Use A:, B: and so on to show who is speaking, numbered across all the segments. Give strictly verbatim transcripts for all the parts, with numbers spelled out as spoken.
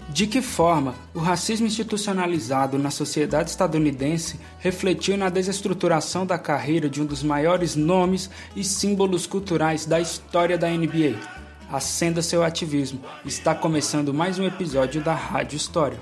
A: De que forma o racismo institucionalizado na sociedade estadunidense refletiu na desestruturação da carreira de um dos maiores nomes e símbolos culturais da história da N B A? Acenda seu ativismo. Está começando mais um episódio da Rádio História.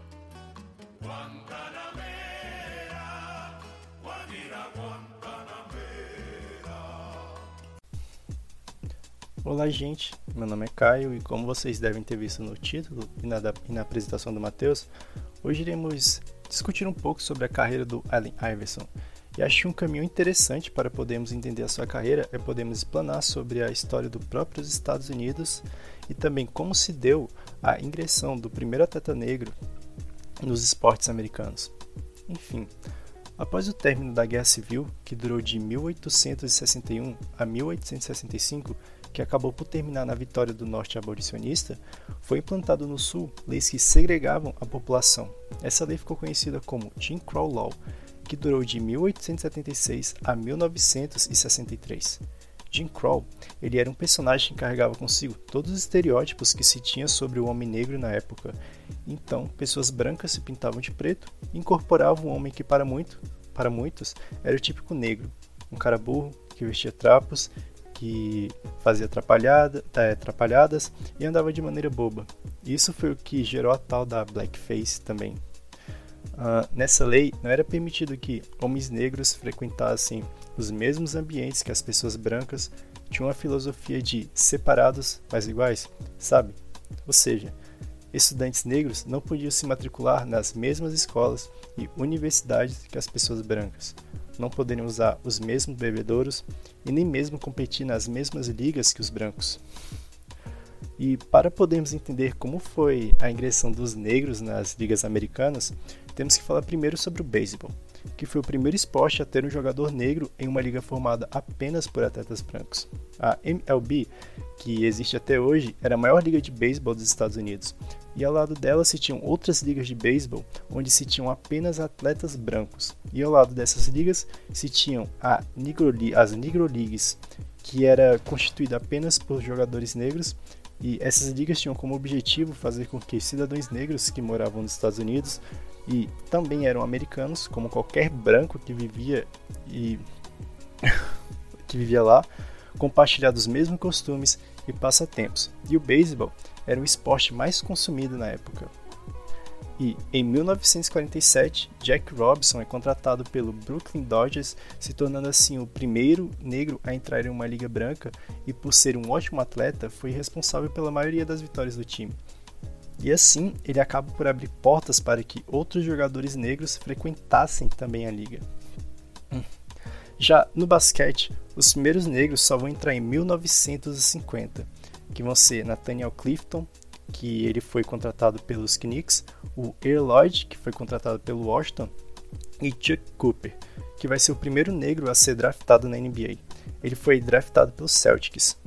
B: Olá, gente, meu nome é Caio e como vocês devem ter visto no título e na, e na apresentação do Matheus, hoje iremos discutir um pouco sobre a carreira do Allen Iverson. E acho que um caminho interessante para podermos entender a sua carreira é podermos explanar sobre a história dos próprios Estados Unidos e também como se deu a ingressão do primeiro atleta negro nos esportes americanos. Enfim, após o término da Guerra Civil, que durou de mil oitocentos e sessenta e um a mil oitocentos e sessenta e cinco, que acabou por terminar na vitória do norte abolicionista, foi implantado no sul leis que segregavam a população. Essa lei ficou conhecida como Jim Crow Law, que durou de mil oitocentos e setenta e seis a mil novecentos e sessenta e três. Jim Crow, ele era um personagem que carregava consigo todos os estereótipos que se tinha sobre o homem negro na época. Então, pessoas brancas se pintavam de preto e incorporavam um homem que para, muito, para muitos era o típico negro, um cara burro que vestia trapos, que fazia atrapalhada, atrapalhadas e andava de maneira boba. Isso foi o que gerou a tal da blackface também. Uh, nessa lei, não era permitido que homens negros frequentassem os mesmos ambientes que as pessoas brancas. Tinha uma filosofia de separados, mas iguais, sabe? Ou seja, estudantes negros não podiam se matricular nas mesmas escolas e universidades que as pessoas brancas. Não poderiam usar os mesmos bebedouros e nem mesmo competir nas mesmas ligas que os brancos. E para podermos entender como foi a ingressão dos negros nas ligas americanas, temos que falar primeiro sobre o beisebol, que foi o primeiro esporte a ter um jogador negro em uma liga formada apenas por atletas brancos. A M L B, que existe até hoje, era a maior liga de beisebol dos Estados Unidos, e ao lado dela se tinham outras ligas de beisebol, onde se tinham apenas atletas brancos, e ao lado dessas ligas se tinham a Negro, as Negro Leagues, que era constituída apenas por jogadores negros, e essas ligas tinham como objetivo fazer com que cidadãos negros que moravam nos Estados Unidos e também eram americanos, como qualquer branco que vivia e que vivia lá, compartilhar dos mesmos costumes e passatempos. E o beisebol era o esporte mais consumido na época. E em mil novecentos e quarenta e sete, Jack Robinson é contratado pelo Brooklyn Dodgers, se tornando assim o primeiro negro a entrar em uma liga branca e, por ser um ótimo atleta, foi responsável pela maioria das vitórias do time. E assim, ele acaba por abrir portas para que outros jogadores negros frequentassem também a liga. Já no basquete, os primeiros negros só vão entrar em mil novecentos e cinquenta, que vão ser Nathaniel Clifton, que ele foi contratado pelos Knicks, o Earl Lloyd, que foi contratado pelo Washington, e Chuck Cooper, que vai ser o primeiro negro a ser draftado na N B A. Ele foi draftado pelos Celtics.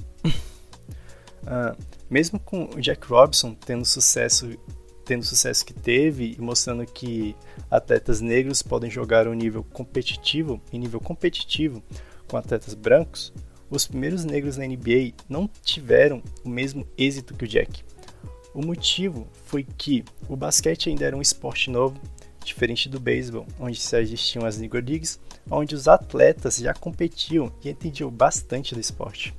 B: uh, mesmo com o Jack Robinson tendo sucesso, tendo sucesso que teve e mostrando que atletas negros podem jogar um nível competitivo, em nível competitivo com atletas brancos, os primeiros negros na N B A não tiveram o mesmo êxito que o Jack. O motivo foi que o basquete ainda era um esporte novo, diferente do beisebol, onde já existiam as Negro Leagues, onde os atletas já competiam e entendiam bastante do esporte.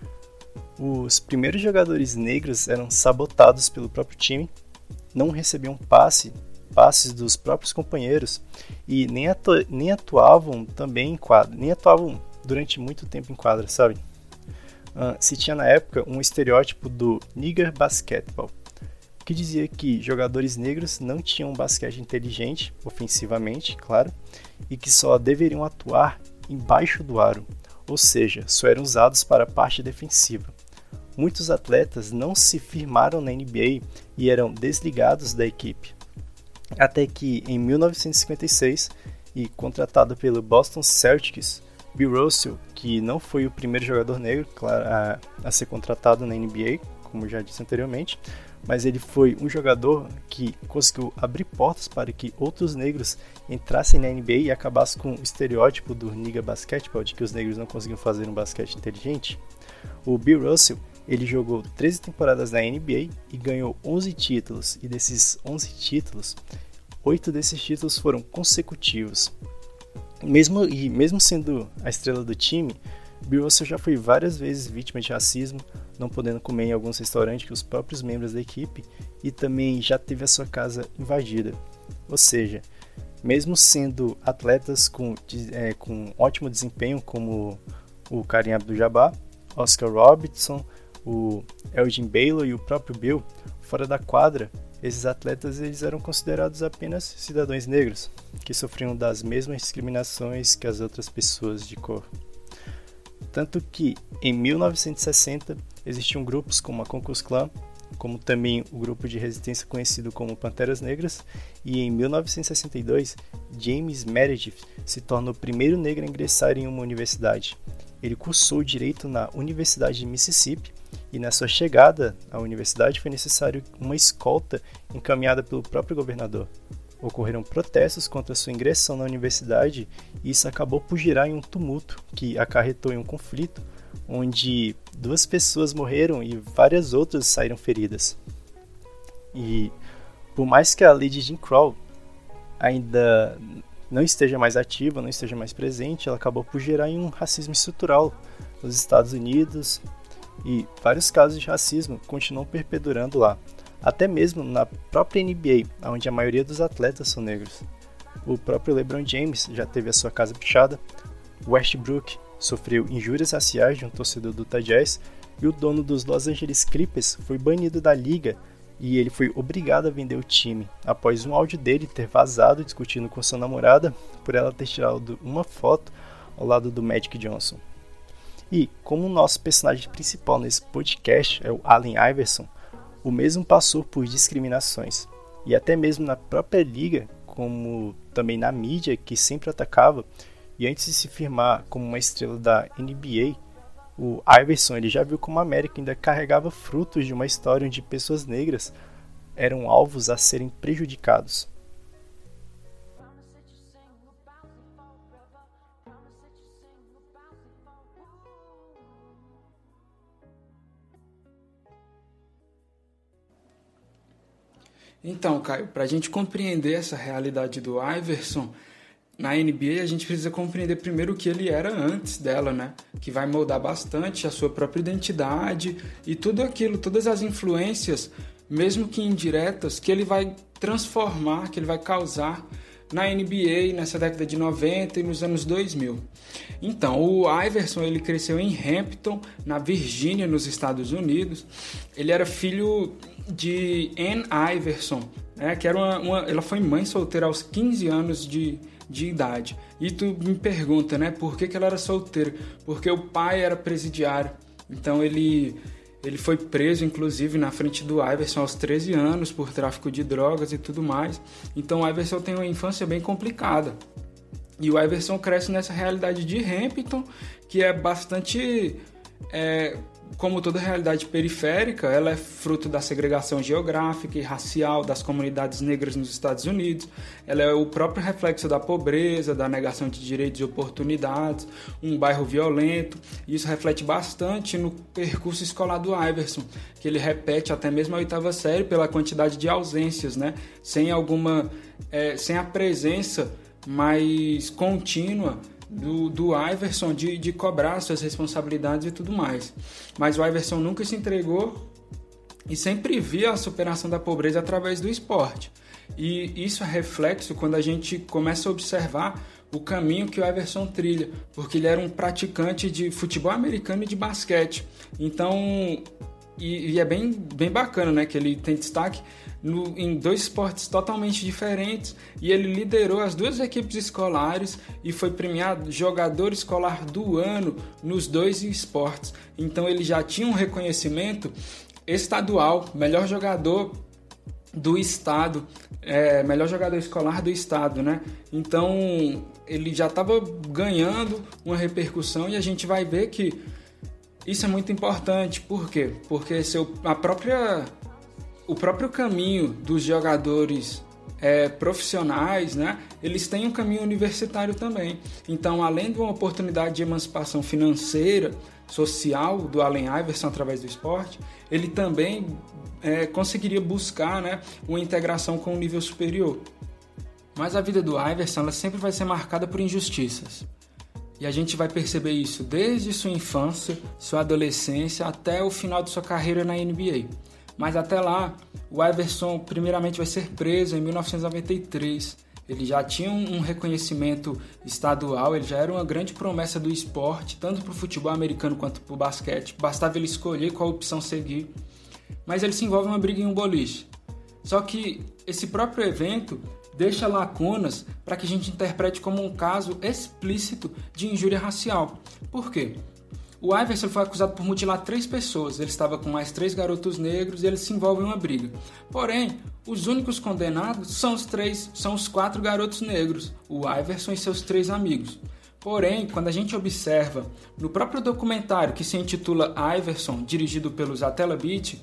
B: Os primeiros jogadores negros eram sabotados pelo próprio time, não recebiam passe, passes dos próprios companheiros e nem, atu- nem atuavam também em quadra, nem atuavam durante muito tempo em quadra, sabe? Uh, se tinha na época um estereótipo do nigger basketball, que dizia que jogadores negros não tinham um basquete inteligente, ofensivamente, claro, e que só deveriam atuar embaixo do aro, ou seja, só eram usados para a parte defensiva. Muitos atletas não se firmaram na N B A e eram desligados da equipe. Até que, em mil novecentos e cinquenta e seis, e contratado pelo Boston Celtics, Bill Russell, que não foi o primeiro jogador negro a, a ser contratado na N B A, como já disse anteriormente, mas ele foi um jogador que conseguiu abrir portas para que outros negros entrassem na N B A e acabassem com o estereótipo do nigger basketball, de que os negros não conseguiam fazer um basquete inteligente. O Bill Russell, Ele jogou treze temporadas na N B A e ganhou onze títulos, e desses onze títulos, oito desses títulos foram consecutivos. Mesmo, e mesmo sendo a estrela do time, Bill Russell já foi várias vezes vítima de racismo, não podendo comer em alguns restaurantes que os próprios membros da equipe, e também já teve a sua casa invadida. Ou seja, mesmo sendo atletas com, é, com ótimo desempenho, como o Kareem Abdul-Jabbar, Oscar Robertson, o Elgin Baylor e o próprio Bill, fora da quadra, esses atletas eles eram considerados apenas cidadãos negros, que sofriam das mesmas discriminações que as outras pessoas de cor. Tanto que, em mil novecentos e sessenta, existiam grupos como a Ku Klux Klan, como também o grupo de resistência conhecido como Panteras Negras, e em mil novecentos e sessenta e dois, James Meredith se torna o primeiro negro a ingressar em uma universidade. Ele cursou Direito na Universidade de Mississippi, e na sua chegada à universidade foi necessário uma escolta encaminhada pelo próprio governador. Ocorreram protestos contra sua ingressão na universidade e isso acabou por girar em um tumulto que acarretou em um conflito onde duas pessoas morreram e várias outras saíram feridas. E por mais que a lei de Jim Crow ainda não esteja mais ativa, não esteja mais presente, ela acabou por gerar em um racismo estrutural nos Estados Unidos e vários casos de racismo continuam perpedurando lá. Até mesmo na própria N B A, onde a maioria dos atletas são negros. O próprio LeBron James já teve a sua casa pichada, Westbrook sofreu injúrias raciais de um torcedor do Utah Jazz e o dono dos Los Angeles Clippers foi banido da liga e ele foi obrigado a vender o time após um áudio dele ter vazado discutindo com sua namorada por ela ter tirado uma foto ao lado do Magic Johnson. E como o nosso personagem principal nesse podcast é o Allen Iverson, o mesmo passou por discriminações, e até mesmo na própria liga, como também na mídia que sempre atacava, e antes de se firmar como uma estrela da N B A, o Iverson ele já viu como a América ainda carregava frutos de uma história onde pessoas negras eram alvos a serem prejudicados.
A: Então, Caio, para a gente compreender essa realidade do Iverson, na N B A a gente precisa compreender primeiro o que ele era antes dela, né? Que vai moldar bastante a sua própria identidade e tudo aquilo, todas as influências, mesmo que indiretas, que ele vai transformar, que ele vai causar na N B A nessa década de noventa e nos anos dois mil. Então, o Iverson ele cresceu em Hampton, na Virgínia, nos Estados Unidos. Ele era filho de Ann Iverson, né, que era uma, uma, ela foi mãe solteira aos quinze anos de, de idade. E tu me pergunta, né, por que, que ela era solteira? Porque o pai era presidiário. Então, ele... Ele foi preso, inclusive, na frente do Iverson aos treze anos por tráfico de drogas e tudo mais. Então, o Iverson tem uma infância bem complicada. E o Iverson cresce nessa realidade de Hampton, que é bastante... É, como toda realidade periférica, ela é fruto da segregação geográfica e racial das comunidades negras nos Estados Unidos. Ela é o próprio reflexo da pobreza, da negação de direitos e oportunidades, um bairro violento. E isso reflete bastante no percurso escolar do Iverson, que ele repete até mesmo a oitava série pela quantidade de ausências, né? Sem alguma, é, sem a presença mais contínua Do, do Iverson de, de cobrar suas responsabilidades e tudo mais. Mas o Iverson nunca se entregou e sempre via a superação da pobreza através do esporte. E isso é reflexo quando a gente começa a observar o caminho que o Iverson trilha, porque ele era um praticante de futebol americano e de basquete. Então, e, e é bem, bem bacana, né, que ele tem destaque No, em dois esportes totalmente diferentes, e ele liderou as duas equipes escolares e foi premiado jogador escolar do ano nos dois esportes. Então ele já tinha um reconhecimento estadual, melhor jogador do estado, é, melhor jogador escolar do estado, né? Então ele já estava ganhando uma repercussão e a gente vai ver que isso é muito importante. Por quê? Porque seu, a própria... O próprio caminho dos jogadores é, profissionais, né, eles têm um caminho universitário também. Então, além de uma oportunidade de emancipação financeira, social do Allen Iverson através do esporte, ele também é, conseguiria buscar, né, uma integração com o nível superior. Mas a vida do Iverson ela sempre vai ser marcada por injustiças. E a gente vai perceber isso desde sua infância, sua adolescência, até o final de sua carreira na N B A. Mas até lá, o Iverson primeiramente vai ser preso em mil novecentos e noventa e três. Ele já tinha um reconhecimento estadual, ele já era uma grande promessa do esporte, tanto para o futebol americano quanto para o basquete. Bastava ele escolher qual opção seguir. Mas ele se envolve em uma briga em um boliche. Só que esse próprio evento deixa lacunas para que a gente interprete como um caso explícito de injúria racial. Por quê? O Iverson foi acusado por mutilar três pessoas, ele estava com mais três garotos negros e ele se envolve em uma briga. Porém, os únicos condenados são os três, são os quatro garotos negros, o Iverson e seus três amigos. Porém, quando a gente observa no próprio documentário que se intitula Iverson, dirigido pelo Zatella Beach,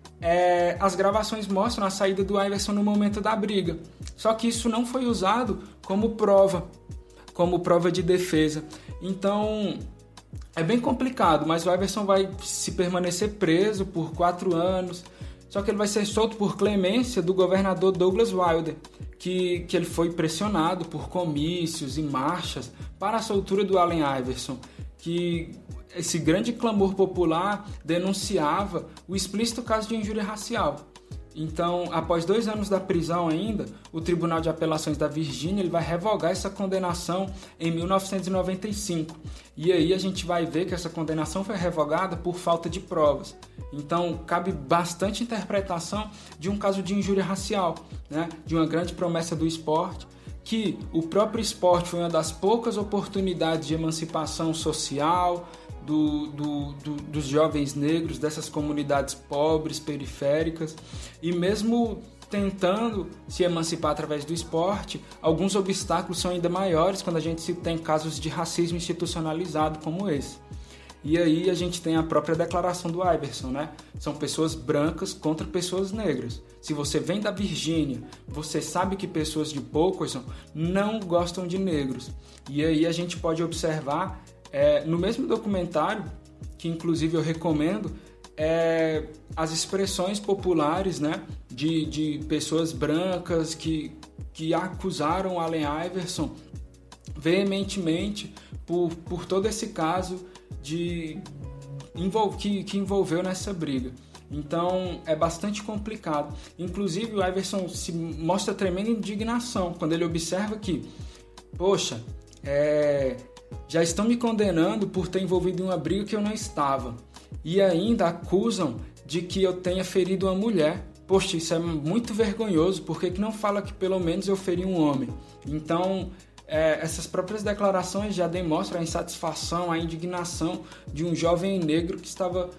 A: é, as gravações mostram a saída do Iverson no momento da briga. Só que isso não foi usado como prova, como prova de defesa. Então, é bem complicado, mas o Iverson vai se permanecer preso por quatro anos. Só que ele vai ser solto por clemência do governador Douglas Wilder, que, que ele foi pressionado por comícios e marchas para a soltura do Allen Iverson, que esse grande clamor popular denunciava o explícito caso de injúria racial. Então, após dois anos da prisão ainda, o Tribunal de Apelações da Virgínia ele vai revogar essa condenação em mil novecentos e noventa e cinco. E aí a gente vai ver que essa condenação foi revogada por falta de provas. Então, cabe bastante interpretação de um caso de injúria racial, né? De uma grande promessa do esporte, que o próprio esporte foi uma das poucas oportunidades de emancipação social do, do, do, dos jovens negros, dessas comunidades pobres, periféricas, e mesmo tentando se emancipar através do esporte, alguns obstáculos são ainda maiores quando a gente se tem casos de racismo institucionalizado como esse. E aí a gente tem a própria declaração do Iverson, né? São pessoas brancas contra pessoas negras. Se você vem da Virgínia, você sabe que pessoas de Pocosin não gostam de negros. E aí a gente pode observar, é, no mesmo documentário, que inclusive eu recomendo, é, as expressões populares, né, de, de pessoas brancas que, que acusaram Allen Iverson veementemente por, por todo esse caso de, que, que envolveu nessa briga. Então é bastante complicado. Inclusive o Iverson se mostra tremenda indignação quando ele observa que, poxa, é, já estão me condenando por ter envolvido em uma briga que eu não estava. E ainda acusam de que eu tenha ferido uma mulher. Poxa, isso é muito vergonhoso, por que que não fala que pelo menos eu feri um homem? Então, é, essas próprias declarações já demonstram a insatisfação, a indignação de um jovem negro que estava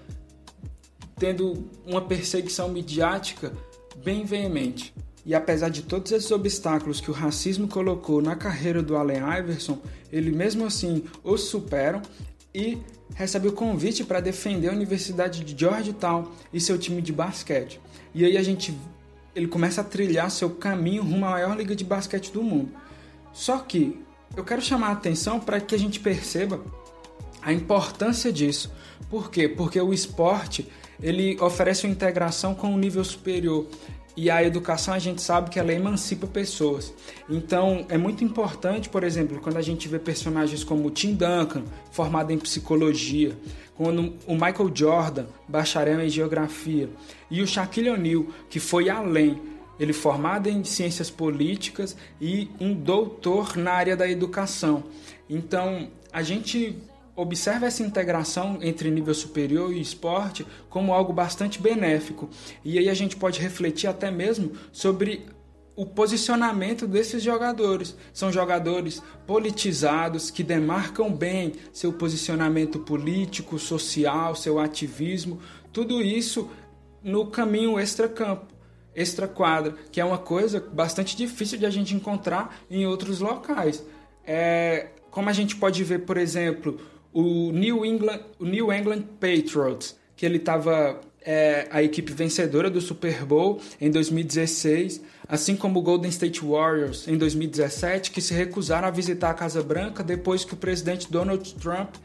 A: tendo uma perseguição midiática bem veemente. E apesar de todos esses obstáculos que o racismo colocou na carreira do Allen Iverson, ele mesmo assim os supera e recebe o convite para defender a Universidade de Georgetown e seu time de basquete. E aí a gente, ele começa a trilhar seu caminho rumo à maior liga de basquete do mundo. Só que eu quero chamar a atenção para que a gente perceba a importância disso. Por quê? Porque o esporte ele oferece uma integração com um nível superior. E a educação, a gente sabe que ela emancipa pessoas. Então, é muito importante, por exemplo, quando a gente vê personagens como o Tim Duncan, formado em psicologia, quando o Michael Jordan, bacharel em geografia, e o Shaquille O'Neal, que foi além, ele formado em ciências políticas e um doutor na área da educação. Então, a gente observa essa integração entre nível superior e esporte como algo bastante benéfico. E aí a gente pode refletir até mesmo sobre o posicionamento desses jogadores. São jogadores politizados que demarcam bem seu posicionamento político, social, seu ativismo, tudo isso no caminho extracampo, extraquadra, que é uma coisa bastante difícil de a gente encontrar em outros locais. É, como a gente pode ver, por exemplo, o New England, o New England Patriots, que ele estava é, a equipe vencedora do Super Bowl em dois mil e dezesseis, assim como o Golden State Warriors em dois mil e dezessete, que se recusaram a visitar a Casa Branca depois que o presidente Donald Trump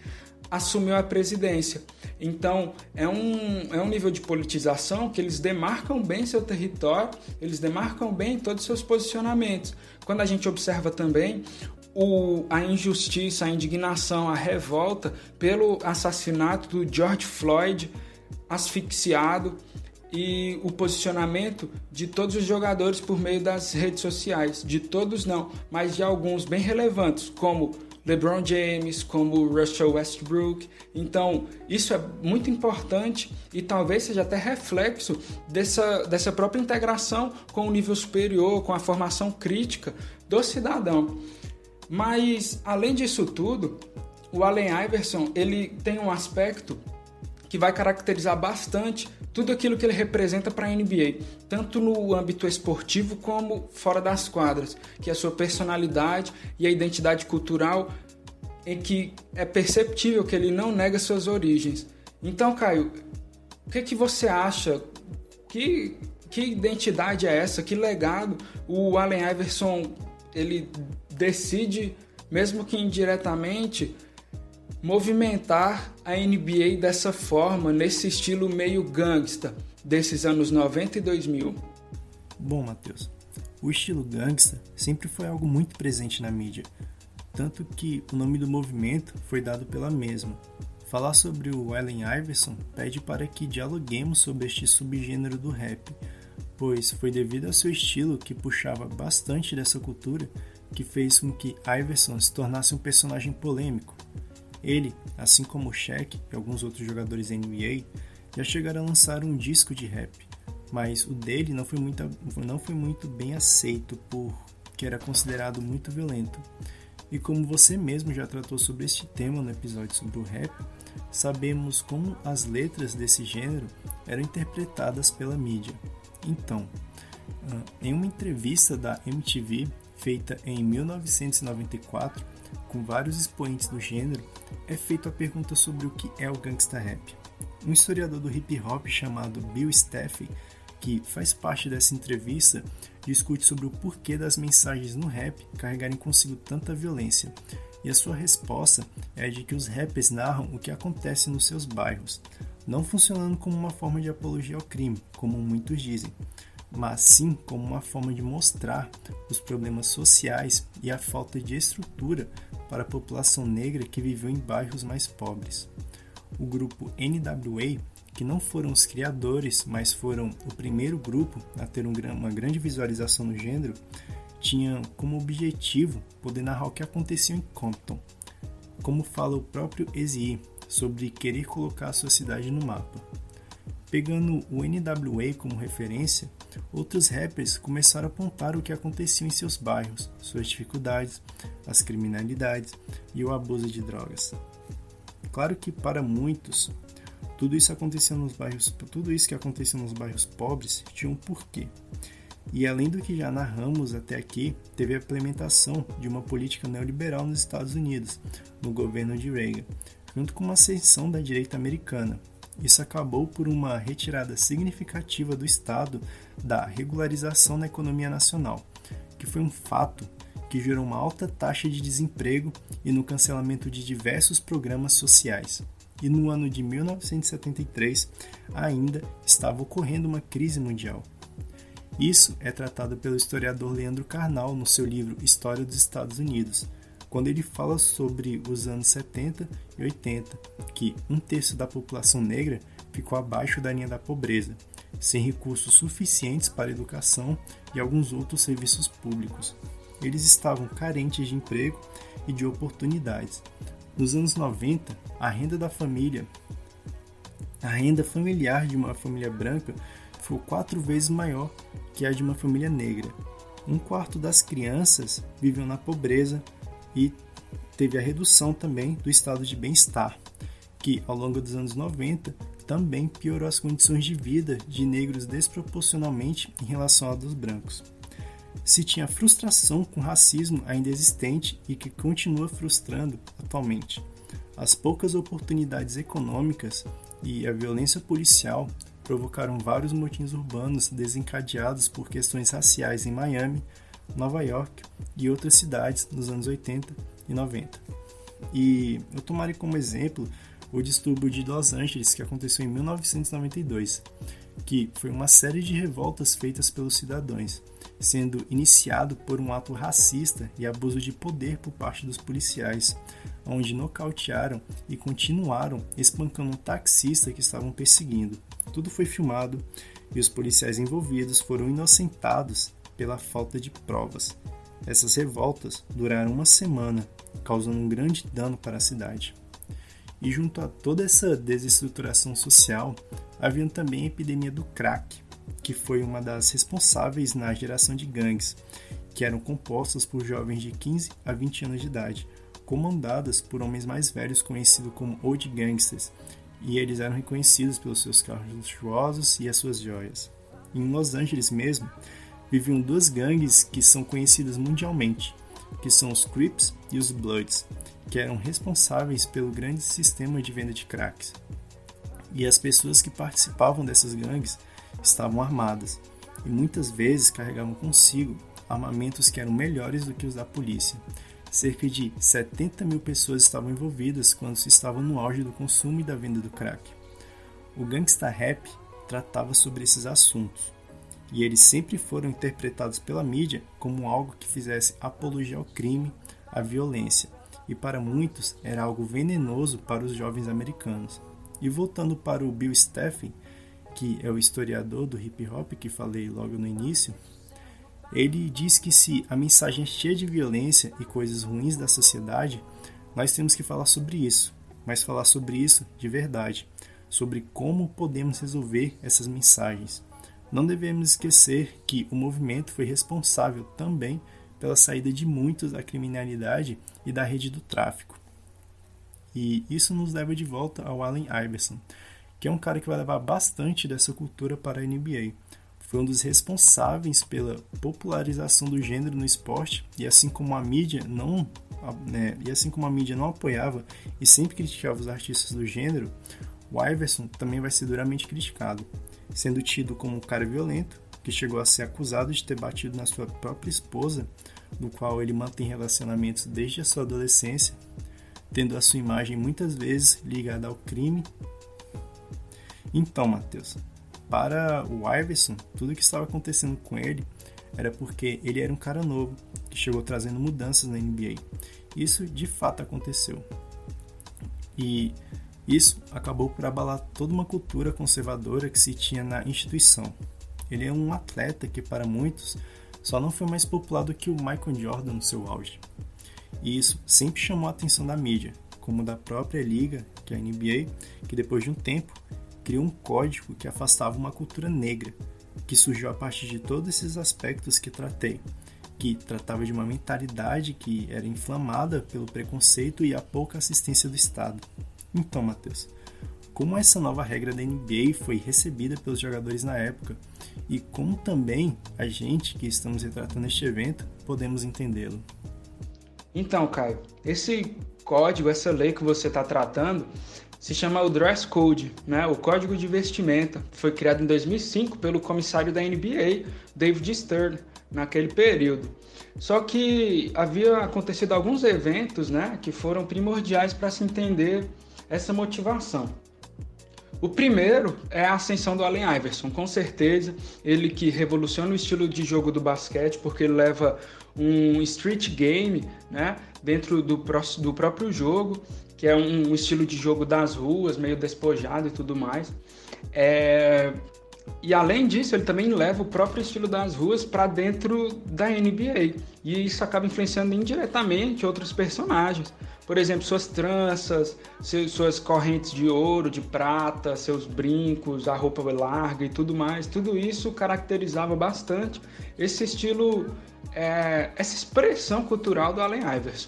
A: assumiu a presidência. Então, é um, é um nível de politização que eles demarcam bem seu território, eles demarcam bem todos os seus posicionamentos. Quando a gente observa também o, a injustiça, a indignação, a revolta pelo assassinato do George Floyd, asfixiado, e o posicionamento de todos os jogadores por meio das redes sociais. De todos não, mas de alguns bem relevantes, como LeBron James, como Russell Westbrook. Então, isso é muito importante e talvez seja até reflexo dessa, dessa própria integração com o nível superior, com a formação crítica do cidadão. Mas, além disso tudo, o Allen Iverson ele tem um aspecto que vai caracterizar bastante tudo aquilo que ele representa para a N B A, tanto no âmbito esportivo como fora das quadras, que é a sua personalidade e a identidade cultural, em que é perceptível que ele não nega suas origens. Então, Caio, o que, que você acha? Que, que identidade é essa? Que legado o Allen Iverson ele decide, mesmo que indiretamente, movimentar a N B A dessa forma, nesse estilo meio gangsta desses anos noventa e dois mil?
B: Bom, Matheus, o estilo gangsta sempre foi algo muito presente na mídia, tanto que o nome do movimento foi dado pela mesma. Falar sobre o Allen Iverson pede para que dialoguemos sobre este subgênero do rap, pois foi devido ao seu estilo que puxava bastante dessa cultura que fez com que Iverson se tornasse um personagem polêmico. Ele, assim como o Shaq e alguns outros jogadores da N B A, já chegaram a lançar um disco de rap, mas o dele não foi muito, não foi muito bem aceito porque era considerado muito violento. E como você mesmo já tratou sobre este tema no episódio sobre o rap, sabemos como as letras desse gênero eram interpretadas pela mídia. Então, em uma entrevista da M T V feita em mil novecentos e noventa e quatro, com vários expoentes do gênero, é feita a pergunta sobre o que é o gangsta rap. Um historiador do hip hop chamado Bill Staffy, que faz parte dessa entrevista, discute sobre o porquê das mensagens no rap carregarem consigo tanta violência, e a sua resposta é de que os rappers narram o que acontece nos seus bairros, não funcionando como uma forma de apologia ao crime, como muitos dizem, mas sim como uma forma de mostrar os problemas sociais e a falta de estrutura para a população negra que viveu em bairros mais pobres. O grupo N W A, que não foram os criadores, mas foram o primeiro grupo a ter uma grande visualização no gênero, tinha como objetivo poder narrar o que acontecia em Compton, como fala o próprio Eazy-E sobre querer colocar a sua cidade no mapa. Pegando o N W A como referência, outros rappers começaram a apontar o que acontecia em seus bairros, suas dificuldades, as criminalidades e o abuso de drogas. Claro que para muitos, tudo isso acontecia nos bairros, tudo isso que acontecia nos bairros pobres tinha um porquê. E além do que já narramos até aqui, teve a implementação de uma política neoliberal nos Estados Unidos, no governo de Reagan, junto com uma ascensão da direita americana. Isso acabou por uma retirada significativa do Estado da regularização na economia nacional, que foi um fato que gerou uma alta taxa de desemprego e no cancelamento de diversos programas sociais. E no ano de mil novecentos e setenta e três ainda estava ocorrendo uma crise mundial. Isso é tratado pelo historiador Leandro Carnal no seu livro História dos Estados Unidos, quando ele fala sobre os anos setenta e oitenta, que um terço da população negra ficou abaixo da linha da pobreza, sem recursos suficientes para a educação e alguns outros serviços públicos. Eles estavam carentes de emprego e de oportunidades. Nos anos noventa, a renda da família, a renda familiar de uma família branca foi quatro vezes maior que a de uma família negra. Um quarto das crianças viviam na pobreza e teve a redução também do estado de bem-estar, que ao longo dos anos noventa também piorou as condições de vida de negros desproporcionalmente em relação à dos brancos. Se tinha frustração com o racismo ainda existente e que continua frustrando atualmente. As poucas oportunidades econômicas e a violência policial provocaram vários motins urbanos desencadeados por questões raciais em Miami, Nova York e outras cidades nos anos oitenta e noventa. E eu tomarei como exemplo o distúrbio de Los Angeles, que aconteceu em mil novecentos e noventa e dois, que foi uma série de revoltas feitas pelos cidadãos, sendo iniciado por um ato racista e abuso de poder por parte dos policiais, onde nocautearam e continuaram espancando um taxista que estavam perseguindo. Tudo foi filmado e os policiais envolvidos foram inocentados pela falta de provas. Essas revoltas duraram uma semana, causando um grande dano para a cidade. E junto a toda essa desestruturação social, havia também a epidemia do crack, que foi uma das responsáveis na geração de gangues, que eram compostas por jovens de quinze a vinte anos de idade, comandadas por homens mais velhos conhecidos como Old Gangsters, e eles eram reconhecidos pelos seus carros luxuosos e as suas joias. Em Los Angeles mesmo, viviam duas gangues que são conhecidas mundialmente, que são os Crips e os Bloods, que eram responsáveis pelo grande sistema de venda de cracks. E as pessoas que participavam dessas gangues estavam armadas, e muitas vezes carregavam consigo armamentos que eram melhores do que os da polícia. Cerca de setenta mil pessoas estavam envolvidas quando se estava no auge do consumo e da venda do crack. O gangsta rap tratava sobre esses assuntos, e eles sempre foram interpretados pela mídia como algo que fizesse apologia ao crime, à violência, e para muitos era algo venenoso para os jovens americanos. E voltando para o Bill Stephen, que é o historiador do hip hop que falei logo no início, ele diz que se a mensagem é cheia de violência e coisas ruins da sociedade, nós temos que falar sobre isso, mas falar sobre isso de verdade, sobre como podemos resolver essas mensagens. Não devemos esquecer que o movimento foi responsável também pela saída de muitos da criminalidade e da rede do tráfico. E isso nos leva de volta ao Allen Iverson, que é um cara que vai levar bastante dessa cultura para a N B A. Foi um dos responsáveis pela popularização do gênero no esporte, e assim como a mídia não, né, e assim como a mídia não apoiava e sempre criticava os artistas do gênero, o Iverson também vai ser duramente criticado, sendo tido como um cara violento, que chegou a ser acusado de ter batido na sua própria esposa, do qual ele mantém relacionamentos desde a sua adolescência, tendo a sua imagem muitas vezes ligada ao crime. Então, Matheus, para o Iverson, tudo o que estava acontecendo com ele era porque ele era um cara novo, que chegou trazendo mudanças na N B A. Isso de fato aconteceu. E isso acabou por abalar toda uma cultura conservadora que se tinha na instituição. Ele é um atleta que, para muitos, só não foi mais popular do que o Michael Jordan no seu auge. E isso sempre chamou a atenção da mídia, como da própria liga, que é a N B A, que depois de um tempo criou um código que afastava uma cultura negra, que surgiu a partir de todos esses aspectos que tratei, que tratava de uma mentalidade que era inflamada pelo preconceito e a pouca assistência do Estado. Então, Matheus, como essa nova regra da N B A foi recebida pelos jogadores na época e como também a gente que estamos retratando este evento podemos entendê-lo?
A: Então, Caio, esse código, essa lei que você está tratando, se chama o Dress Code, né? O Código de Vestimenta. Foi criado em dois mil e cinco pelo comissário da N B A, David Stern, naquele período. Só que havia acontecido alguns eventos, né, que foram primordiais para se entender essa motivação. O primeiro é a ascensão do Allen Iverson, com certeza, ele que revoluciona o estilo de jogo do basquete, porque ele leva um street game, né, dentro do, do próprio jogo, que é um, um estilo de jogo das ruas, meio despojado e tudo mais. É... E além disso, ele também leva o próprio estilo das ruas para dentro da N B A. E isso acaba influenciando indiretamente outros personagens. Por exemplo, suas tranças, suas correntes de ouro, de prata, seus brincos, a roupa larga e tudo mais. Tudo isso caracterizava bastante esse estilo, é, essa expressão cultural do Allen Iverson.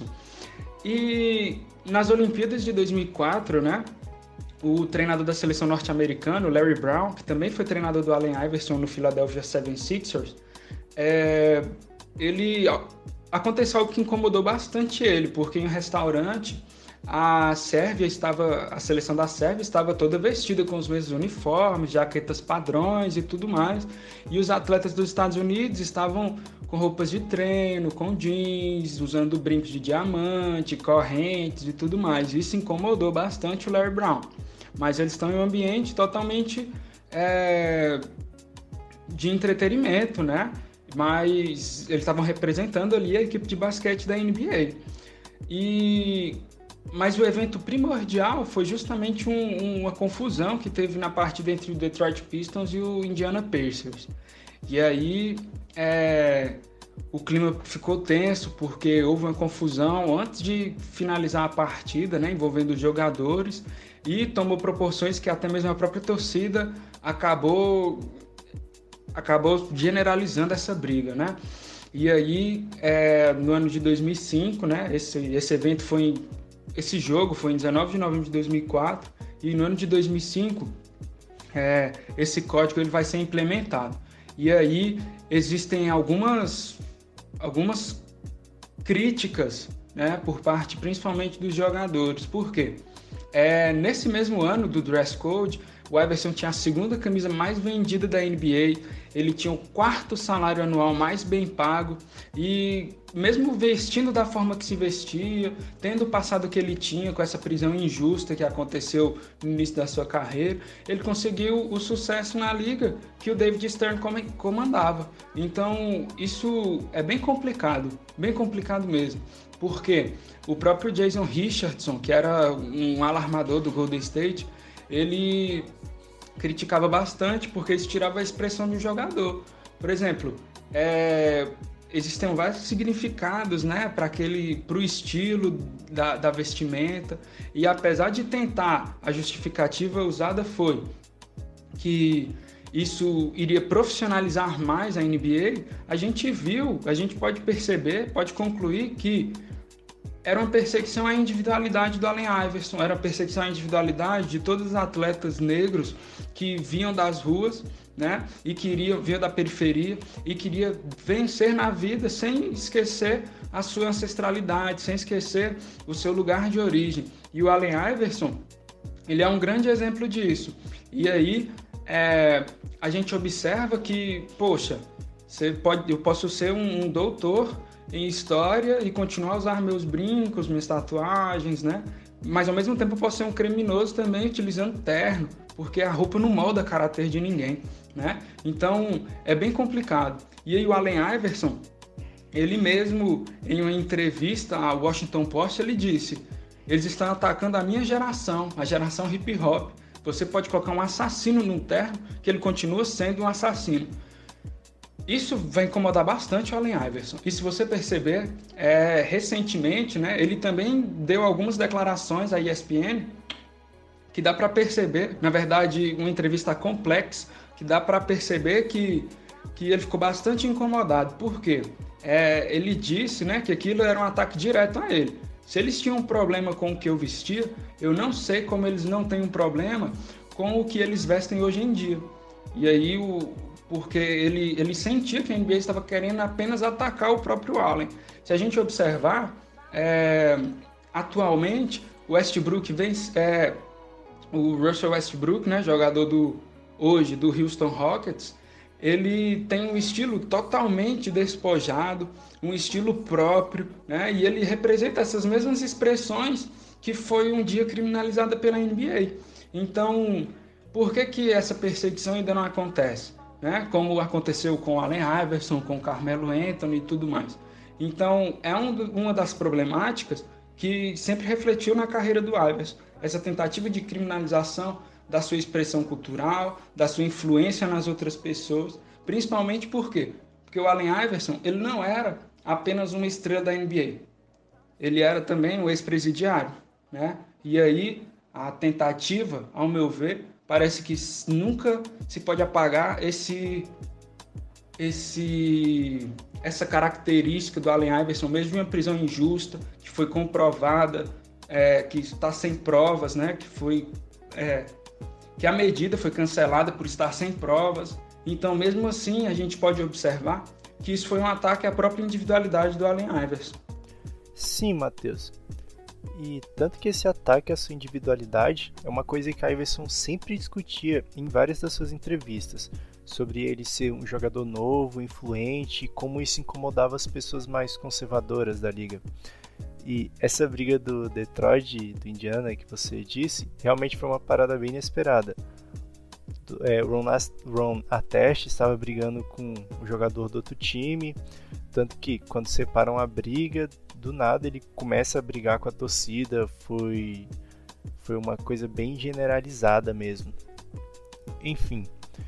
A: E nas Olimpíadas de dois mil e quatro, né? O treinador da seleção norte-americana, o Larry Brown, que também foi treinador do Allen Iverson no Philadelphia seventy-sixers, é, ele aconteceu algo que incomodou bastante ele, porque em um restaurante a Sérvia estava, a seleção da Sérvia estava toda vestida com os mesmos uniformes, jaquetas padrões e tudo mais, e os atletas dos Estados Unidos estavam com roupas de treino, com jeans, usando brincos de diamante, correntes e tudo mais. Isso incomodou bastante o Larry Brown, mas eles estão em um ambiente totalmente é, de entretenimento, né? Mas eles estavam representando ali a equipe de basquete da N B A. E mas o evento primordial foi justamente um, uma confusão que teve na partida entre o Detroit Pistons e o Indiana Pacers. E aí é, o clima ficou tenso porque houve uma confusão antes de finalizar a partida, né, envolvendo os jogadores, e tomou proporções que até mesmo a própria torcida acabou, acabou generalizando essa briga, né? E aí, é, no ano de dois mil e cinco, né, esse, esse evento foi em, esse jogo foi em dezenove de novembro de dois mil e quatro, e no ano de dois mil e cinco, é, esse código ele vai ser implementado. E aí existem algumas, algumas críticas, né, por parte principalmente dos jogadores. Por quê? É, nesse mesmo ano do dress code, o Iverson tinha a segunda camisa mais vendida da N B A, ele tinha o quarto salário anual mais bem pago, e mesmo vestindo da forma que se vestia, tendo o passado que ele tinha com essa prisão injusta que aconteceu no início da sua carreira, ele conseguiu o sucesso na liga que o David Stern comandava. Então isso é bem complicado, bem complicado mesmo, porque o próprio Jason Richardson, que era um alarmador do Golden State, ele criticava bastante porque isso tirava a expressão do jogador. Por exemplo, é, existem vários significados, né, para aquele, para o estilo da, da vestimenta, e apesar de tentar, a justificativa usada foi que isso iria profissionalizar mais a N B A, a gente viu, a gente pode perceber, pode concluir que era uma perseguição à individualidade do Allen Iverson, era uma perseguição à individualidade de todos os atletas negros que vinham das ruas, né, e queriam, vinham da periferia e queria vencer na vida sem esquecer a sua ancestralidade, sem esquecer o seu lugar de origem. E o Allen Iverson, ele é um grande exemplo disso. E aí é, a gente observa que, poxa, você pode, eu posso ser um, um doutor em história e continuar a usar meus brincos, minhas tatuagens, né? Mas ao mesmo tempo eu posso ser um criminoso também utilizando terno, porque a roupa não molda caráter de ninguém, né? Então é bem complicado. E aí o Allen Iverson, ele mesmo em uma entrevista ao Washington Post, ele disse: eles estão atacando a minha geração, a geração hip hop. Você pode colocar um assassino num terno que ele continua sendo um assassino. Isso vai incomodar bastante o Allen Iverson. E se você perceber, é, recentemente, né, ele também deu algumas declarações à E S P N que dá para perceber, na verdade, uma entrevista complexa, que dá para perceber que, que ele ficou bastante incomodado. Por quê? É, ele disse, né, que aquilo era um ataque direto a ele. Se eles tinham um problema com o que eu vestia, eu não sei como eles não têm um problema com o que eles vestem hoje em dia. E aí o... porque ele, ele sentia que a N B A estava querendo apenas atacar o próprio Allen. Se a gente observar, é, atualmente, o Westbrook vem, é, o Russell Westbrook, né, jogador do, hoje do Houston Rockets, ele tem um estilo totalmente despojado, um estilo próprio, né, e ele representa essas mesmas expressões que foi um dia criminalizada pela N B A. Então, por que que essa perseguição ainda não acontece? Né? Como aconteceu com o Allen Iverson, com o Carmelo Anthony e tudo mais. Então, é um, uma das problemáticas que sempre refletiu na carreira do Iverson, essa tentativa de criminalização da sua expressão cultural, da sua influência nas outras pessoas, principalmente por quê? Porque o Allen Iverson, ele não era apenas uma estrela da N B A, ele era também um ex-presidiário, né? E aí, a tentativa, ao meu ver, parece que nunca se pode apagar esse, esse, essa característica do Allen Iverson, mesmo em uma prisão injusta, que foi comprovada, é, que está sem provas, né? que, foi, é, que a medida foi cancelada por estar sem provas. Então, mesmo assim, a gente pode observar que isso foi um ataque à própria individualidade do Allen Iverson.
B: Sim, Matheus. E tanto que esse ataque à sua individualidade é uma coisa que Iverson sempre discutia em várias das suas entrevistas, sobre ele ser um jogador novo, influente e como isso incomodava as pessoas mais conservadoras da liga. E essa briga do Detroit e do Indiana que você disse, realmente foi uma parada bem inesperada. É, Ron, Ron Artest estava brigando com o jogador do outro time, tanto que quando separam a briga, do nada ele começa a brigar com a torcida, foi, foi uma coisa bem generalizada mesmo. Enfim,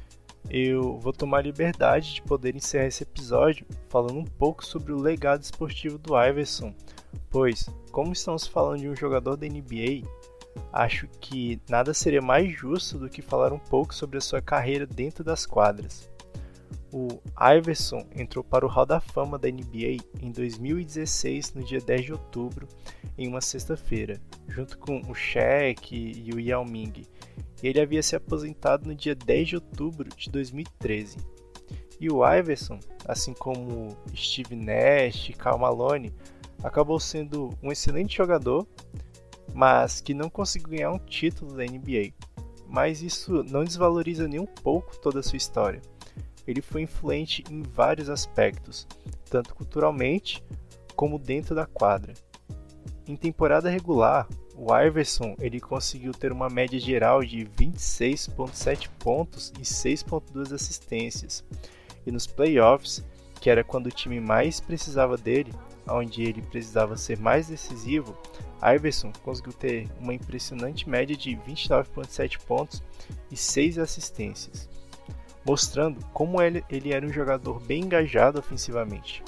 B: eu vou tomar a liberdade de poder encerrar esse episódio falando um pouco sobre o legado esportivo do Iverson, pois, como estamos falando de um jogador da N B A, acho que nada seria mais justo do que falar um pouco sobre a sua carreira dentro das quadras. O Iverson entrou para o Hall da Fama da N B A em dois mil e dezesseis, no dia dez de outubro, em uma sexta-feira, junto com o Shaq e o Yao Ming. Ele havia se aposentado no dia dez de outubro de dois mil e treze. E o Iverson, assim como Steve Nash e Karl Malone, acabou sendo um excelente jogador, mas que não conseguiu ganhar um título da N B A. Mas isso não desvaloriza nem um pouco toda a sua história. Ele foi influente em vários aspectos, tanto culturalmente como dentro da quadra. Em temporada regular, o Iverson ele conseguiu ter uma média geral de vinte e seis vírgula sete pontos e seis vírgula duas assistências. E nos playoffs, que era quando o time mais precisava dele, onde ele precisava ser mais decisivo, Iverson conseguiu ter uma impressionante média de vinte e nove vírgula sete pontos e seis assistências, mostrando como ele, ele era um jogador bem engajado ofensivamente.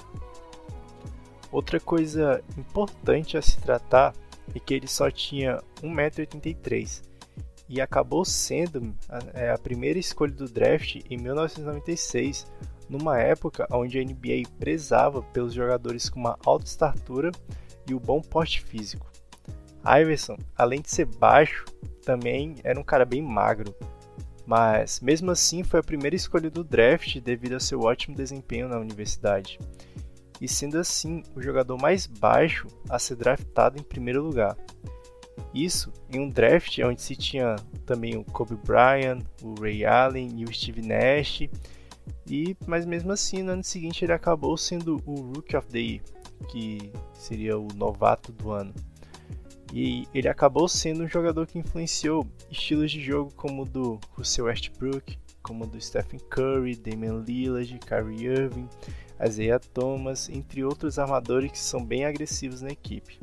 B: Outra coisa importante a se tratar é que ele só tinha um metro e oitenta e três e acabou sendo a, a primeira escolha do draft em mil novecentos e noventa e seis, numa época onde a N B A prezava pelos jogadores com uma alta estatura e o bom porte físico. Iverson, além de ser baixo, também era um cara bem magro, mas mesmo assim foi a primeira escolha do draft devido ao seu ótimo desempenho na universidade. E sendo assim, o jogador mais baixo a ser draftado em primeiro lugar. Isso em um draft onde se tinha também o Kobe Bryant, o Ray Allen e o Steve Nash, e, mas mesmo assim no ano seguinte ele acabou sendo o Rookie of the Year, que seria o novato do ano. E ele acabou sendo um jogador que influenciou estilos de jogo como o do Russell Westbrook, como o do Stephen Curry, Damian Lillard, Kyrie Irving, Isaiah Thomas, entre outros armadores que são bem agressivos na equipe.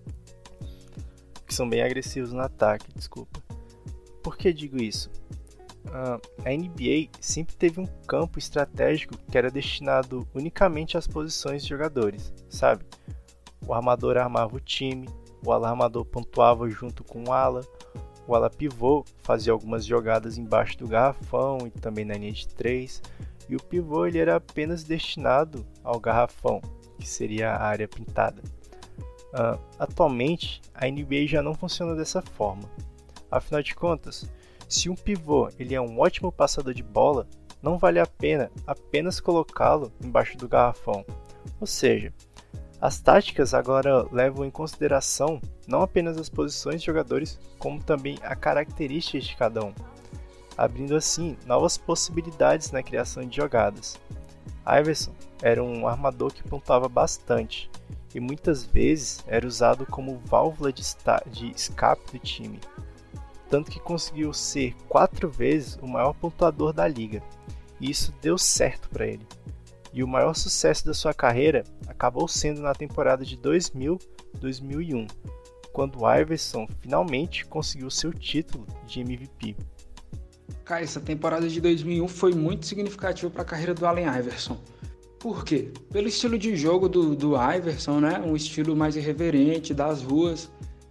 B: Que são bem agressivos no ataque, desculpa. Por que digo isso? Uh, a N B A sempre teve um campo estratégico que era destinado unicamente às posições de jogadores, sabe? O armador armava o time, o ala armador pontuava junto com o ala, o ala pivô fazia algumas jogadas embaixo do garrafão e também na linha de três, e o pivô ele era apenas destinado ao garrafão, que seria a área pintada. Uh, atualmente, a N B A já não funciona dessa forma. Afinal de contas, se um pivô ele é um ótimo passador de bola, não vale a pena apenas colocá-lo embaixo do garrafão. Ou seja, as táticas agora levam em consideração não apenas as posições de jogadores, como também a características de cada um, abrindo assim novas possibilidades na criação de jogadas. Iverson era um armador que pontuava bastante e muitas vezes era usado como válvula de, de escape do time, tanto que conseguiu ser quatro vezes o maior pontuador da liga, e isso deu certo para ele. E o maior sucesso da sua carreira acabou sendo na temporada de dois mil a dois mil e um, quando o Iverson finalmente conseguiu seu título de M V P.
A: Cara, essa temporada de dois mil e um foi muito significativa para a carreira do Allen Iverson. Por quê? Pelo estilo de jogo do, do Iverson, né? Um estilo mais irreverente, das ruas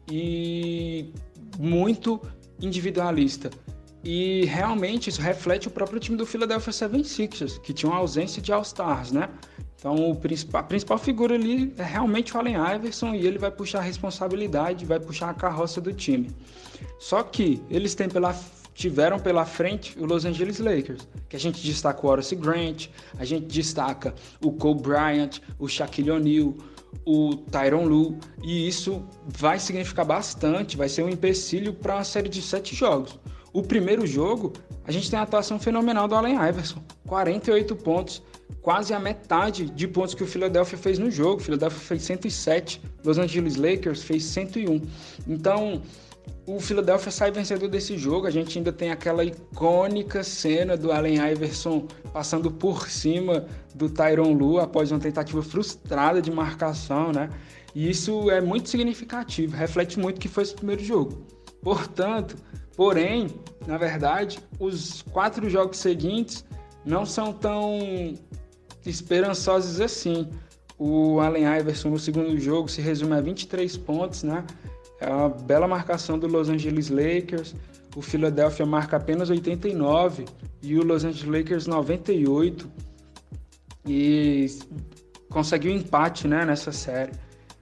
A: e muito individualista. E realmente isso reflete o próprio time do Philadelphia setenta e seis ers, que tinha uma ausência de All-Stars, né? Então o principal, a principal figura ali é realmente o Allen Iverson, e ele vai puxar a responsabilidade, vai puxar a carroça do time. Só que eles têm pela, tiveram pela frente o Los Angeles Lakers, que a gente destaca o Horace Grant, a gente destaca o Kobe Bryant, o Shaquille O'Neal, o Tyronn Lue, e isso vai significar bastante, vai ser um empecilho para uma série de sete jogos. O primeiro jogo, a gente tem a atuação fenomenal do Allen Iverson, quarenta e oito pontos, quase a metade de pontos que o Philadelphia fez no jogo. O Philadelphia fez cento e sete, Los Angeles Lakers fez cento e um. Então, o Philadelphia sai vencedor desse jogo. A gente ainda tem aquela icônica cena do Allen Iverson passando por cima do Tyronn Lue após uma tentativa frustrada de marcação, né? E isso é muito significativo, reflete muito o que foi esse primeiro jogo. Portanto, porém, na verdade, os quatro jogos seguintes não são tão esperançosos assim. O Allen Iverson no segundo jogo se resume a vinte e três pontos, né? É uma bela marcação do Los Angeles Lakers. O Philadelphia marca apenas oitenta e nove e o Los Angeles Lakers noventa e oito. E conseguiu empate, né, nessa série.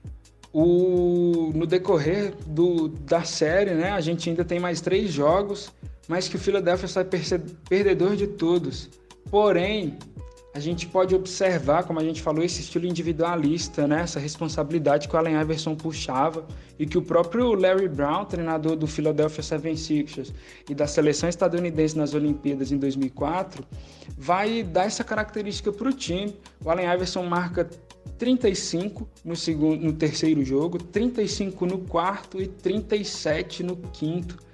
A: O, no decorrer do, da série, né, a gente ainda tem mais três jogos, mas que o Philadelphia sai perdedor de todos. Porém, a gente pode observar, como a gente falou, esse estilo individualista, né? Essa responsabilidade que o Allen Iverson puxava e que o próprio Larry Brown, treinador do Philadelphia setenta e seis ers e da seleção estadunidense nas Olimpíadas em dois mil e quatro, vai dar essa característica para o time. O Allen Iverson marca trinta e cinco no, segundo, no terceiro jogo, trinta e cinco no quarto e trinta e sete no quinto.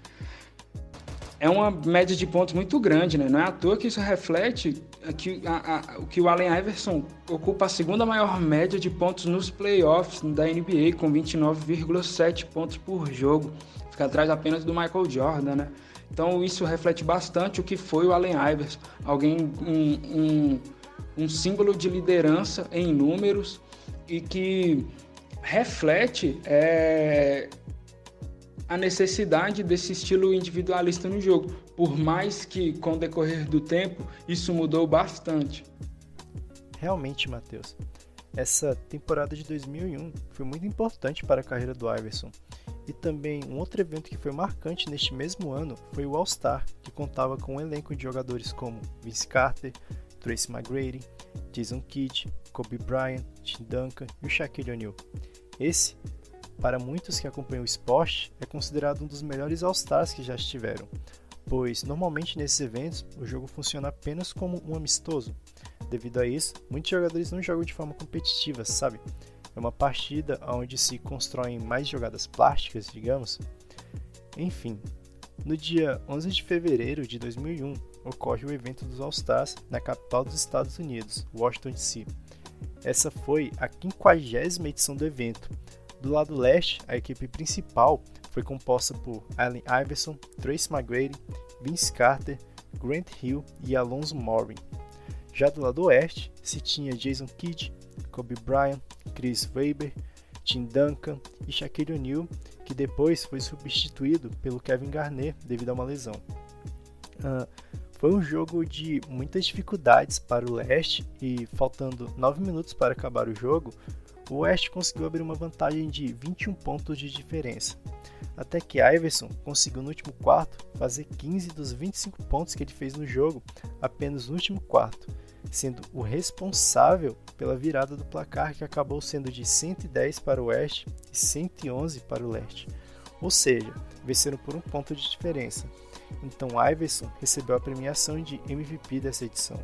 A: É uma média de pontos muito grande, né? Não é à toa que isso reflete que, a, a, que o Allen Iverson ocupa a segunda maior média de pontos nos playoffs da N B A, com vinte e nove vírgula sete pontos por jogo. Fica atrás apenas do Michael Jordan, né? Então isso reflete bastante o que foi o Allen Iverson. Alguém, um, um, um símbolo de liderança em números e que reflete... É, a necessidade desse estilo individualista no jogo, por mais que, com o decorrer do tempo, isso mudou bastante.
B: Realmente, Matheus, essa temporada de dois mil e um foi muito importante para a carreira do Iverson. E também um outro evento que foi marcante neste mesmo ano foi o All-Star, que contava com um elenco de jogadores como Vince Carter, Tracy McGrady, Jason Kidd, Kobe Bryant, Tim Duncan e o Shaquille O'Neal. Esse, para muitos que acompanham o esporte, é considerado um dos melhores All-Stars que já estiveram, pois normalmente nesses eventos o jogo funciona apenas como um amistoso. Devido a isso, muitos jogadores não jogam de forma competitiva, sabe? É uma partida onde se constroem mais jogadas plásticas, digamos. Enfim, no dia onze de fevereiro de dois mil e um ocorre o evento dos All-Stars na capital dos Estados Unidos, Washington D C. Essa foi a quinquagésima edição do evento. Do lado leste, a equipe principal foi composta por Allen Iverson, Tracy McGrady, Vince Carter, Grant Hill e Alonzo Mourning. Já do lado oeste, se tinha Jason Kidd, Kobe Bryant, Chris Webber, Tim Duncan e Shaquille O'Neal, que depois foi substituído pelo Kevin Garnett devido a uma lesão. Uh, foi um jogo de muitas dificuldades para o leste e, faltando nove minutos para acabar o jogo, o Oeste conseguiu abrir uma vantagem de vinte e um pontos de diferença, até que Iverson conseguiu no último quarto fazer quinze dos vinte e cinco pontos que ele fez no jogo apenas no último quarto, sendo o responsável pela virada do placar, que acabou sendo de cento e dez para o Oeste e cento e onze para o Leste, ou seja, venceram por um ponto de diferença. Então Iverson recebeu a premiação de M V P dessa edição.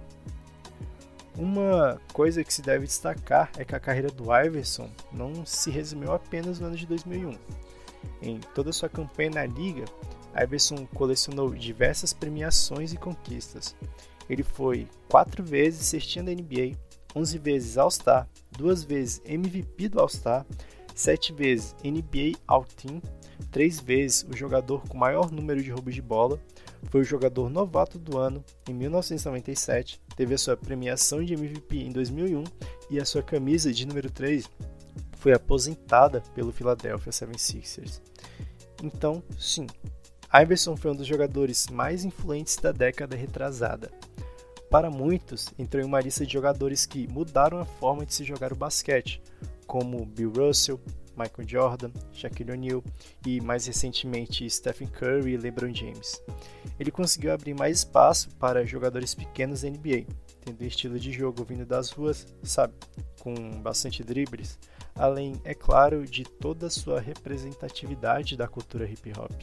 B: Uma coisa que se deve destacar é que a carreira do Iverson não se resumiu apenas no ano de dois mil e um. Em toda sua campanha na liga, Iverson colecionou diversas premiações e conquistas. Ele foi quatro vezes cestinha da N B A, onze vezes All-Star, duas vezes M V P do All-Star, sete vezes N B A All-Team, três vezes o jogador com maior número de roubos de bola, foi o jogador novato do ano em mil novecentos e noventa e sete, teve a sua premiação de M V P em dois mil e um e a sua camisa de número três foi aposentada pelo Philadelphia setenta e seis ers. Então, sim, Iverson foi um dos jogadores mais influentes da década retrasada. Para muitos, entrou em uma lista de jogadores que mudaram a forma de se jogar o basquete, como Bill Russell, Michael Jordan, Shaquille O'Neal e, mais recentemente, Stephen Curry e LeBron James. Ele conseguiu abrir mais espaço para jogadores pequenos da N B A, tendo um estilo de jogo vindo das ruas, sabe, com bastante dribles, além, é claro, de toda a sua representatividade da cultura hip-hop.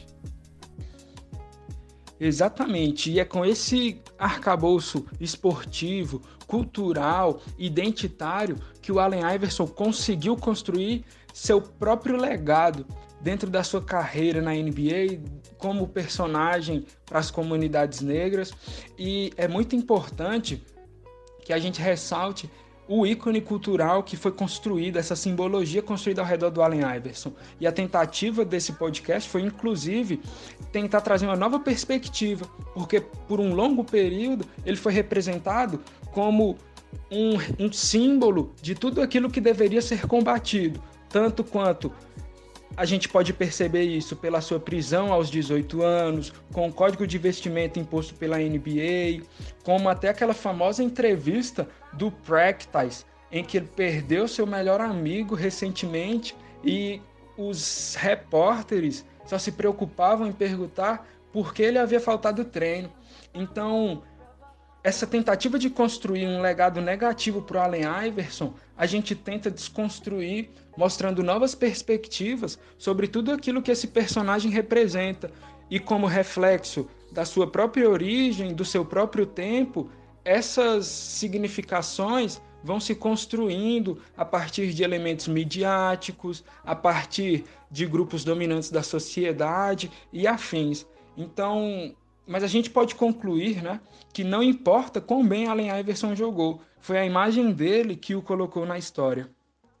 A: Exatamente, e é com esse arcabouço esportivo, cultural, identitário que o Allen Iverson conseguiu construir seu próprio legado dentro da sua carreira na N B A como personagem para as comunidades negras, e é muito importante que a gente ressalte o ícone cultural que foi construído, essa simbologia construída ao redor do Allen Iverson. E a tentativa desse podcast foi, inclusive, tentar trazer uma nova perspectiva, porque por um longo período ele foi representado como um, um símbolo de tudo aquilo que deveria ser combatido, tanto quanto a gente pode perceber isso pela sua prisão aos dezoito anos, com o código de vestimenta imposto pela N B A, como até aquela famosa entrevista do Practice, em que ele perdeu seu melhor amigo recentemente e os repórteres só se preocupavam em perguntar por que ele havia faltado treino. Então, essa tentativa de construir um legado negativo para o Allen Iverson, a gente tenta desconstruir, mostrando novas perspectivas sobre tudo aquilo que esse personagem representa. E como reflexo da sua própria origem, do seu próprio tempo, essas significações vão se construindo a partir de elementos midiáticos, a partir de grupos dominantes da sociedade e afins. Então, mas a gente pode concluir, né, que não importa quão bem Allen Iverson jogou, foi a imagem dele que o colocou na história.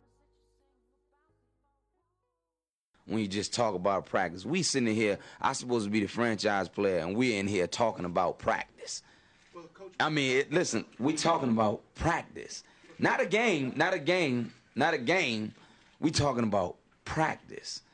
C: When you just talk about practice, we sitting here, I'm supposed to be the franchise player, and we're in here talking about practice. I mean, listen, we're talking about practice. Not a game, not a game, not a game. We're talking about practice.